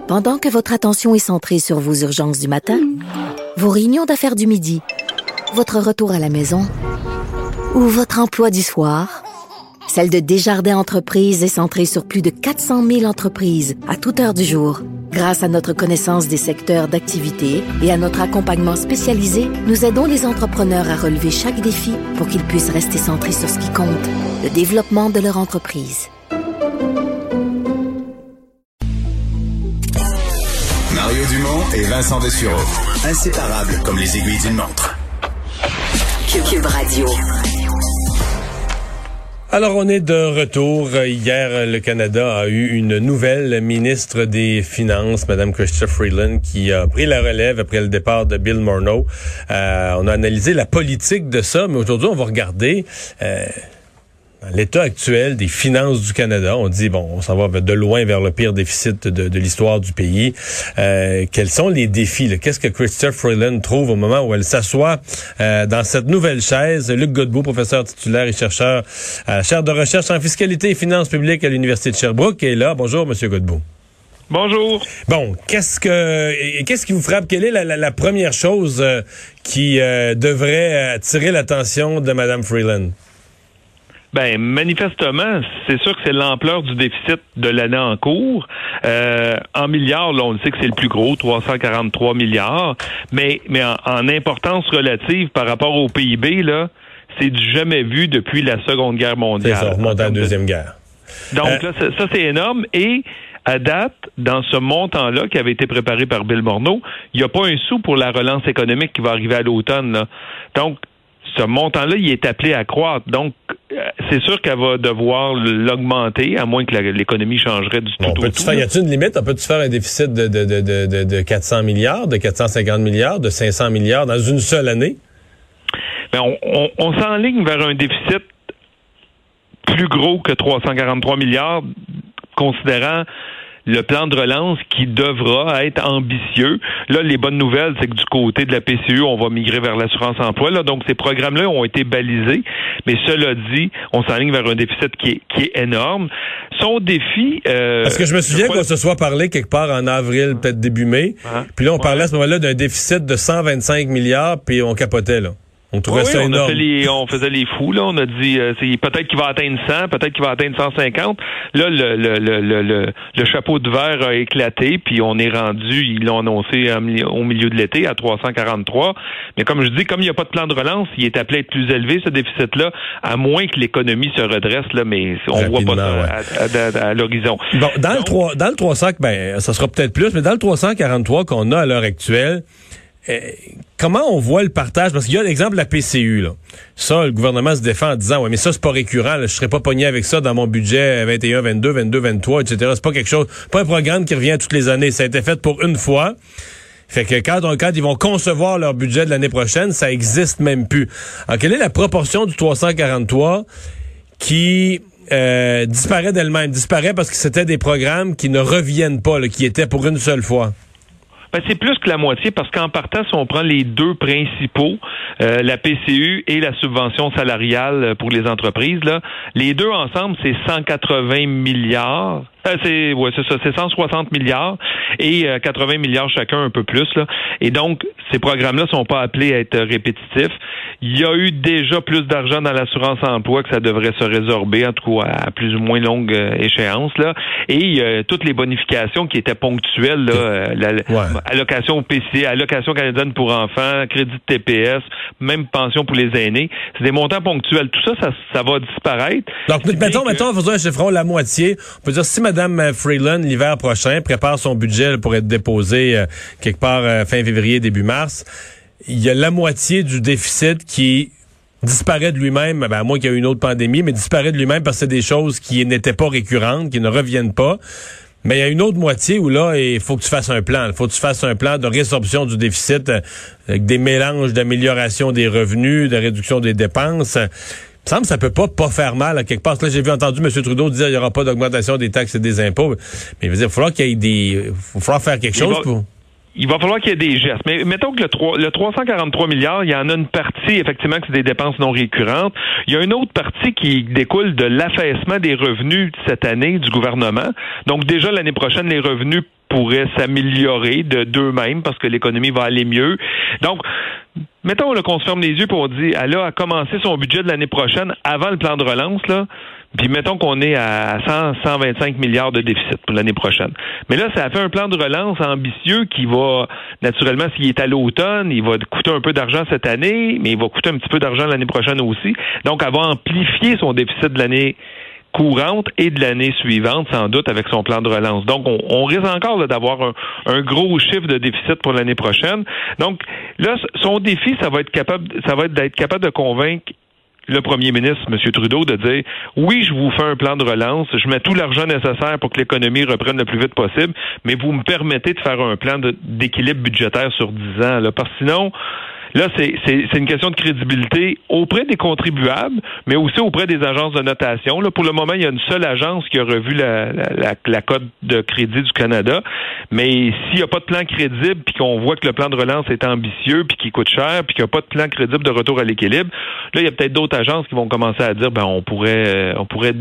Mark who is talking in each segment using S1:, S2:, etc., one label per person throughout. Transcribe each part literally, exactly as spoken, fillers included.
S1: Pendant que votre attention est centrée sur vos urgences du matin, vos réunions d'affaires du midi, votre retour à la maison ou votre emploi du soir, celle de Desjardins Entreprises est centrée sur plus de quatre cent mille entreprises à toute heure du jour. Grâce à notre connaissance des secteurs d'activité et à notre accompagnement spécialisé, nous aidons les entrepreneurs à relever chaque défi pour qu'ils puissent rester centrés sur ce qui compte, le développement de leur entreprise.
S2: Mario Dumont et Vincent Dessureau. Inséparables comme les aiguilles d'une montre.
S3: Cube Radio.
S4: Alors, on est de retour. Hier, le Canada a eu une nouvelle ministre des Finances, Mme Chrystia Freeland, qui a pris la relève après le départ de Bill Morneau. Euh, on a analysé la politique de ça, mais aujourd'hui, on va regarder euh, l'état actuel des finances du Canada. On dit, bon, on s'en va de loin vers le pire déficit de, de l'histoire du pays. Euh, quels sont les défis? Là? Qu'est-ce que Chrystia Freeland trouve au moment où elle s'assoit euh, dans cette nouvelle chaise? Luc Godbout, professeur titulaire et chercheur à la chaire de recherche en fiscalité et finances publiques à l'Université de Sherbrooke, est là. Bonjour, M. Godbout.
S5: Bonjour.
S4: Bon, qu'est-ce que qu'est-ce qui vous frappe? Quelle est la, la, la première chose euh, qui euh, devrait attirer l'attention de Mme Freeland?
S5: Ben, manifestement, c'est sûr que c'est l'ampleur du déficit de l'année en cours. Euh, en milliards, là, on le sait que c'est le plus gros, trois cent quarante-trois milliards. Mais, mais en, en importance relative par rapport au P I B, là, c'est du jamais vu depuis la Seconde Guerre mondiale.
S4: C'est ça, on remonte à la Deuxième Guerre.
S5: Donc
S4: euh...
S5: là, ça, ça, c'est énorme. Et à date, dans ce montant-là qui avait été préparé par Bill Morneau, il n'y a pas un sou pour la relance économique qui va arriver à l'automne, là. Donc, ce montant-là, il est appelé à croître. Donc, c'est sûr qu'elle va devoir l'augmenter, à moins que la, l'économie changerait du tout
S4: bon,
S5: au
S4: peut-tu
S5: tout.
S4: Faire, y a-t-il une limite? On peut-tu faire un déficit de, de, de, de, de quatre cents milliards, de quatre cent cinquante milliards, de cinq cents milliards dans une seule année?
S5: Ben, on, on, on s'enligne vers un déficit plus gros que trois cent quarante-trois milliards, considérant le plan de relance qui devra être ambitieux. Là, les bonnes nouvelles, c'est que du côté de la P C U, on va migrer vers l'assurance-emploi. Là, donc, ces programmes-là ont été balisés. Mais cela dit, on s'enligne vers un déficit qui est, qui est énorme. Son défi... Euh,
S4: Parce que je me souviens
S5: crois...
S4: qu'on se soit parlé quelque part en avril, peut-être début mai. Ah, puis là, on ouais. parlait à ce moment-là d'un déficit de cent vingt-cinq milliards, puis on capotait, là. On trouvait oui, ça
S5: on
S4: énorme.
S5: A fait les, on faisait les fous, là. On a dit, euh, c'est, peut-être qu'il va atteindre cent, peut-être qu'il va atteindre cent cinquante. Là, le, le, le, le, le, le chapeau de verre a éclaté, puis on est rendu, ils l'ont annoncé au milieu de l'été, à trois cent quarante-trois. Mais comme je dis, comme il n'y a pas de plan de relance, il est appelé à être plus élevé, ce déficit-là, à moins que l'économie se redresse, là, mais on Rapidement, voit pas ça ouais. à, à, à, à l'horizon.
S4: Bon, dans
S5: Donc,
S4: le trois, dans le trois cents, ben, ça sera peut-être plus, mais dans le trois cent quarante-trois qu'on a à l'heure actuelle, Euh, comment on voit le partage? Parce qu'il y a l'exemple de la P C U, là. Ça, le gouvernement se défend en disant, ouais, mais ça, c'est pas récurrent, là. Je serais pas pogné avec ça dans mon budget vingt et un, vingt-deux, vingt-deux, vingt-trois, et cetera. C'est pas quelque chose, pas un programme qui revient toutes les années. Ça a été fait pour une fois. Fait que quand, on, quand ils vont concevoir leur budget de l'année prochaine, ça existe même plus. Alors, quelle est la proportion du trois cent quarante-trois qui euh, disparaît d'elle-même? Disparaît parce que c'était des programmes qui ne reviennent pas, là, qui étaient pour une seule fois.
S5: Ben, c'est plus que la moitié, parce qu'en partant, si on prend les deux principaux, euh, la P C U et la subvention salariale pour les entreprises, là, les deux ensemble, c'est cent quatre-vingts milliards. Euh, c'est ouais, c'est ça, c'est cent soixante milliards et euh, quatre-vingts milliards chacun, un peu plus, là. Et donc, ces programmes-là sont pas appelés à être répétitifs. Il y a eu déjà plus d'argent dans l'assurance-emploi que ça devrait se résorber, en tout cas à plus ou moins longue euh, échéance, là. Et euh, toutes les bonifications qui étaient ponctuelles, là, euh, la, ouais. allocation au P C, allocation canadienne pour enfants, crédit de T P S, même pension pour les aînés, c'est des montants ponctuels. Tout ça, ça, ça va disparaître.
S4: Donc, mettons, que... mettons, faisons un chiffron, la moitié. On peut dire, si Mme Freeland, l'hiver prochain, prépare son budget là, pour être déposé euh, quelque part euh, fin février, début mars, il y a la moitié du déficit qui disparaît de lui-même, ben, à moins qu'il y ait une autre pandémie, mais disparaît de lui-même parce que c'est des choses qui n'étaient pas récurrentes, qui ne reviennent pas. Mais il y a une autre moitié où là, il faut que tu fasses un plan. Il faut que tu fasses un plan de résorption du déficit euh, avec des mélanges d'amélioration des revenus, de réduction des dépenses. Il me semble que ça peut pas pas faire mal à quelque part. Là, j'ai vu entendu M. Trudeau dire qu'il n'y aura pas d'augmentation des taxes et des impôts. Mais il va dire, il va falloir qu'il y ait des... Il va falloir faire quelque chose
S5: va...
S4: pour...
S5: il va falloir qu'il y ait des gestes. Mais mettons que le, trois, le trois cent quarante-trois milliards, il y en a une partie, effectivement, que c'est des dépenses non récurrentes. Il y a une autre partie qui découle de l'affaissement des revenus cette année du gouvernement. Donc, déjà, l'année prochaine, les revenus pourraient s'améliorer de d'eux-mêmes parce que l'économie va aller mieux. Donc, mettons là, qu'on se ferme les yeux et on dit, elle a commencé son budget de l'année prochaine avant le plan de relance, là. Puis mettons qu'on est à cent, cent vingt-cinq milliards de déficit pour l'année prochaine. Mais là, ça a fait un plan de relance ambitieux qui va, naturellement, s'il est à l'automne, il va coûter un peu d'argent cette année, mais il va coûter un petit peu d'argent l'année prochaine aussi. Donc, elle va amplifier son déficit de l'année courante et de l'année suivante, sans doute, avec son plan de relance. Donc, on, on risque encore là, d'avoir un, un gros chiffre de déficit pour l'année prochaine. Donc, là, son défi, ça va être capable, ça va être d'être capable de convaincre le premier ministre, M. Trudeau, de dire « Oui, je vous fais un plan de relance, je mets tout l'argent nécessaire pour que l'économie reprenne le plus vite possible, mais vous me permettez de faire un plan de, d'équilibre budgétaire sur dix ans. » là, parce que sinon, là, c'est, c'est, c'est une question de crédibilité auprès des contribuables, mais aussi auprès des agences de notation. Là, pour le moment, il y a une seule agence qui a revu la, la, la, la cote de crédit du Canada, mais s'il n'y a pas de plan crédible, puis qu'on voit que le plan de relance est ambitieux, puis qu'il coûte cher, puis qu'il n'y a pas de plan crédible de retour à l'équilibre, là, il y a peut-être d'autres agences qui vont commencer à dire, ben, on pourrait, euh, on pourrait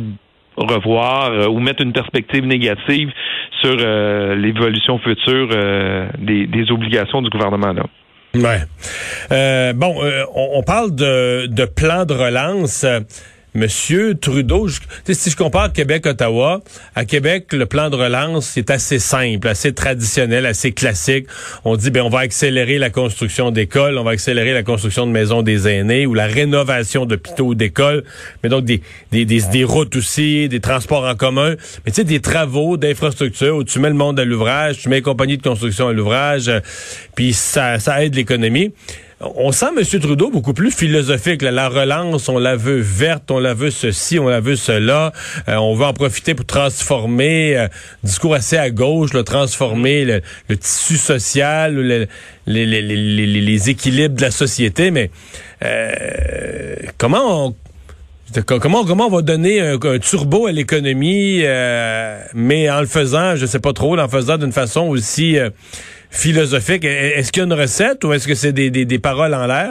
S5: revoir euh, ou mettre une perspective négative sur euh, l'évolution future euh, des, des obligations du gouvernement, là.
S4: Ouais. Euh, bon, euh, on, on parle de, de plan de relance. Euh, Monsieur Trudeau, je, si je compare Québec-Ottawa, à Québec, le plan de relance est assez simple, assez traditionnel, assez classique. On dit, ben, on va accélérer la construction d'écoles, on va accélérer la construction de maisons des aînés ou la rénovation d'hôpitaux ou d'écoles, mais donc des, des, des, des routes aussi, des transports en commun, mais tu sais, des travaux d'infrastructure où tu mets le monde à l'ouvrage, tu mets les compagnies de construction à l'ouvrage, euh, puis ça, ça aide l'économie. On sent M. Trudeau beaucoup plus philosophique. Là. La relance, on la veut verte, on la veut ceci, on la veut cela. Euh, on veut en profiter pour transformer, euh, discours assez à gauche, là, transformer le, le tissu social, le, les, les, les, les, les équilibres de la société. Mais euh, comment on... Comment, comment on va donner un, un turbo à l'économie, euh, mais en le faisant, je sais pas trop, en le faisant d'une façon aussi euh, philosophique. Est-ce qu'il y a une recette ou est-ce que c'est des, des, des paroles en l'air?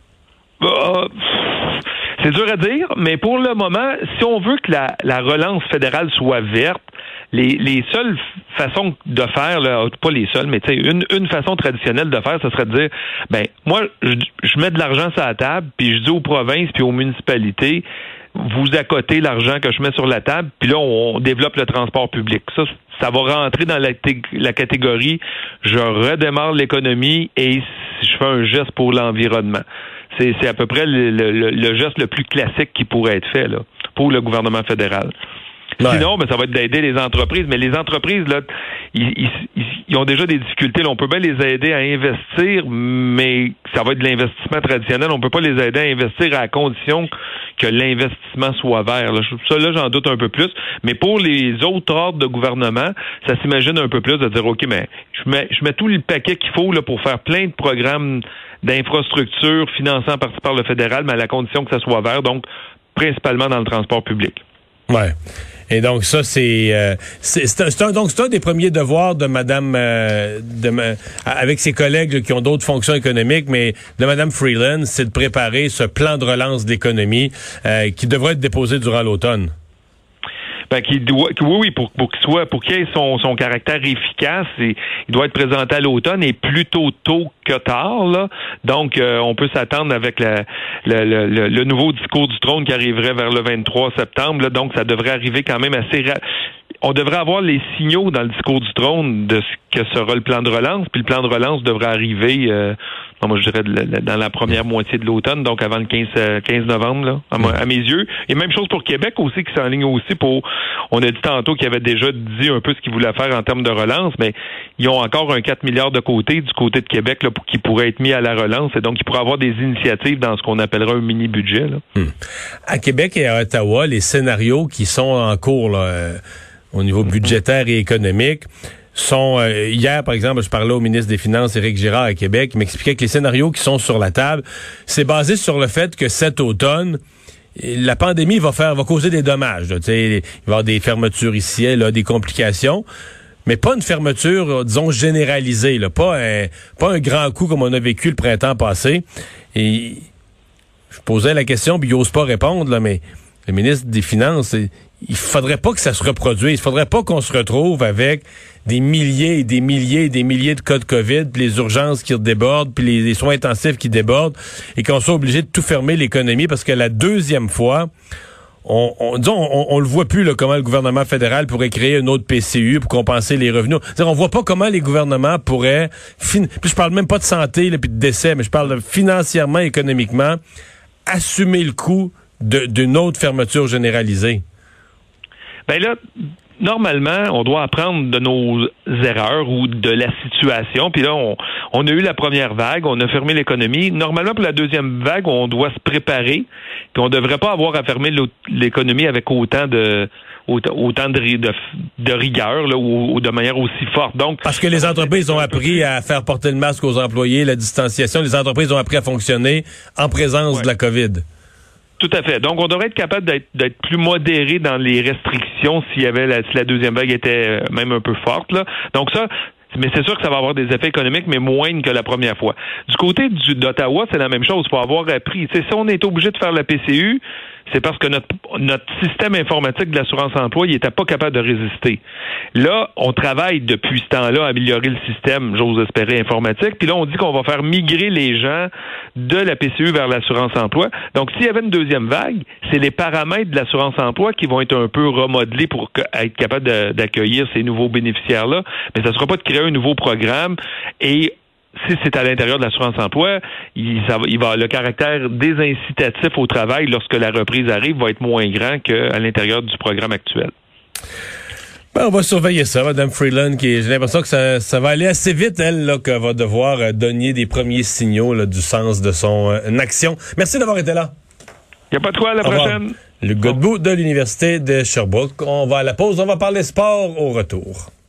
S5: Euh, c'est dur à dire, mais pour le moment, si on veut que la, la relance fédérale soit verte, les, les seules façons de faire, là, pas les seules, mais une, une façon traditionnelle de faire, ce serait de dire, ben moi, je, je mets de l'argent sur la table, puis je dis aux provinces puis aux municipalités, vous accotez l'argent que je mets sur la table, puis là, on, on développe le transport public. Ça, ça va rentrer dans la, la catégorie, je redémarre l'économie et je fais un geste pour l'environnement. C'est, c'est à peu près le, le, le geste le plus classique qui pourrait être fait là, pour le gouvernement fédéral. Ouais. Sinon, ben, ça va être d'aider les entreprises. Mais les entreprises, là, ils, ils, ils ont déjà des difficultés. Là, on peut bien les aider à investir, mais ça va être de l'investissement traditionnel. On peut pas les aider à investir à condition que l'investissement soit vert. Là. Ça, là, j'en doute un peu plus. Mais pour les autres ordres de gouvernement, ça s'imagine un peu plus de dire, OK, mais je mets, je mets tout le paquet qu'il faut là, pour faire plein de programmes d'infrastructure financés en partie par le fédéral, mais à la condition que ça soit vert, donc principalement dans le transport public.
S4: Ouais. Et donc ça c'est euh, c'est, c'est, un, c'est un donc c'est un des premiers devoirs de Madame euh, de avec ses collègues là, qui ont d'autres fonctions économiques, mais de Madame Freeland, c'est de préparer ce plan de relance de l'économie euh, qui devrait être déposé durant l'automne.
S5: Ben, qu'il doit, oui, oui, pour, pour qu'il soit, pour qu'il ait son, son caractère efficace, et, il doit être présenté à l'automne et plutôt tôt que tard, là. Donc, euh, on peut s'attendre avec la, le, le, le nouveau discours du trône qui arriverait vers le vingt-trois septembre, là. Donc, ça devrait arriver quand même assez rapidement. On devrait avoir les signaux dans le discours du trône de ce que sera le plan de relance, puis le plan de relance devrait arriver, euh, non, moi je dirais de, dans la première moitié de l'automne, donc avant le quinze novembre, là, à, à mes yeux. Et même chose pour Québec aussi, qui s'enligne aussi pour, on a dit tantôt qu'ils avaient déjà dit un peu ce qu'ils voulaient faire en termes de relance, mais ils ont encore un quatre milliards de côté, du côté de Québec, là, pour, qui pourrait être mis à la relance, et donc ils pourraient avoir des initiatives dans ce qu'on appellera un mini-budget, là.
S4: Hum. À Québec et à Ottawa, les scénarios qui sont en cours, là, euh, au niveau budgétaire et économique, sont... Euh, hier, par exemple, je parlais au ministre des Finances, Éric Girard, à Québec, il m'expliquait que les scénarios qui sont sur la table, c'est basé sur le fait que cet automne, la pandémie va faire va causer des dommages. Là, il va y avoir des fermetures ici, là, des complications. mais pas une fermeture, disons, généralisée, là, pas un, pas un grand coup comme on a vécu le printemps passé. Et je posais la question, puis il n'ose pas répondre, là, mais le ministre des Finances, il faudrait pas que ça se reproduise. Il faudrait pas qu'on se retrouve avec des milliers et des milliers et des milliers de cas de COVID, puis les urgences qui débordent, puis les, les soins intensifs qui débordent, et qu'on soit obligé de tout fermer l'économie, parce que la deuxième fois, on, on, disons, on, on le voit plus, là, comment le gouvernement fédéral pourrait créer une autre P C U pour compenser les revenus. C'est-à-dire, on voit pas comment les gouvernements pourraient, fin... puis je parle même pas de santé, là, puis de décès, mais je parle de financièrement, économiquement, assumer le coût de, d'une autre fermeture généralisée.
S5: Ben là, normalement, on doit apprendre de nos erreurs ou de la situation. Puis là, on, on a eu la première vague, on a fermé l'économie. Normalement, pour la deuxième vague, on doit se préparer. Puis on ne devrait pas avoir à fermer l'économie avec autant de autant de, de, de rigueur là, ou, ou de manière aussi forte. Donc,
S4: parce que les entreprises ont appris à faire porter le masque aux employés, la distanciation. Les entreprises ont appris à fonctionner en présence ouais. de la COVID.
S5: Tout à fait. Donc, on devrait être capable d'être, d'être plus modéré dans les restrictions s'il y avait la, si la deuxième vague était même un peu forte, là. Donc ça, mais c'est sûr que ça va avoir des effets économiques, mais moindres que la première fois. Du côté du, d'Ottawa, c'est la même chose. Il faut avoir appris. Tu sais, si on est obligé de faire la P C U, c'est parce que notre, notre système informatique de l'assurance-emploi, il n'était pas capable de résister. Là, on travaille depuis ce temps-là à améliorer le système, j'ose espérer, informatique. Puis là, on dit qu'on va faire migrer les gens de la P C U vers l'assurance-emploi. Donc, s'il y avait une deuxième vague, c'est les paramètres de l'assurance-emploi qui vont être un peu remodelés pour que, être capable de, d'accueillir ces nouveaux bénéficiaires-là. Mais ça ne sera pas de créer un nouveau programme et si c'est à l'intérieur de l'assurance-emploi, il, ça va, il va, le caractère désincitatif au travail lorsque la reprise arrive va être moins grand qu'à l'intérieur du programme actuel.
S4: Ben, on va surveiller ça, Mme Freeland, qui j'ai l'impression que ça, ça va aller assez vite, elle, là, qu'elle va devoir euh, donner des premiers signaux là, du sens de son euh, action. Merci d'avoir été là.
S5: Il n'y a pas de quoi, à la
S4: au
S5: prochaine.
S4: Revoir. Le Godbout de l'Université de Sherbrooke. On va à la pause, on va parler sport au retour.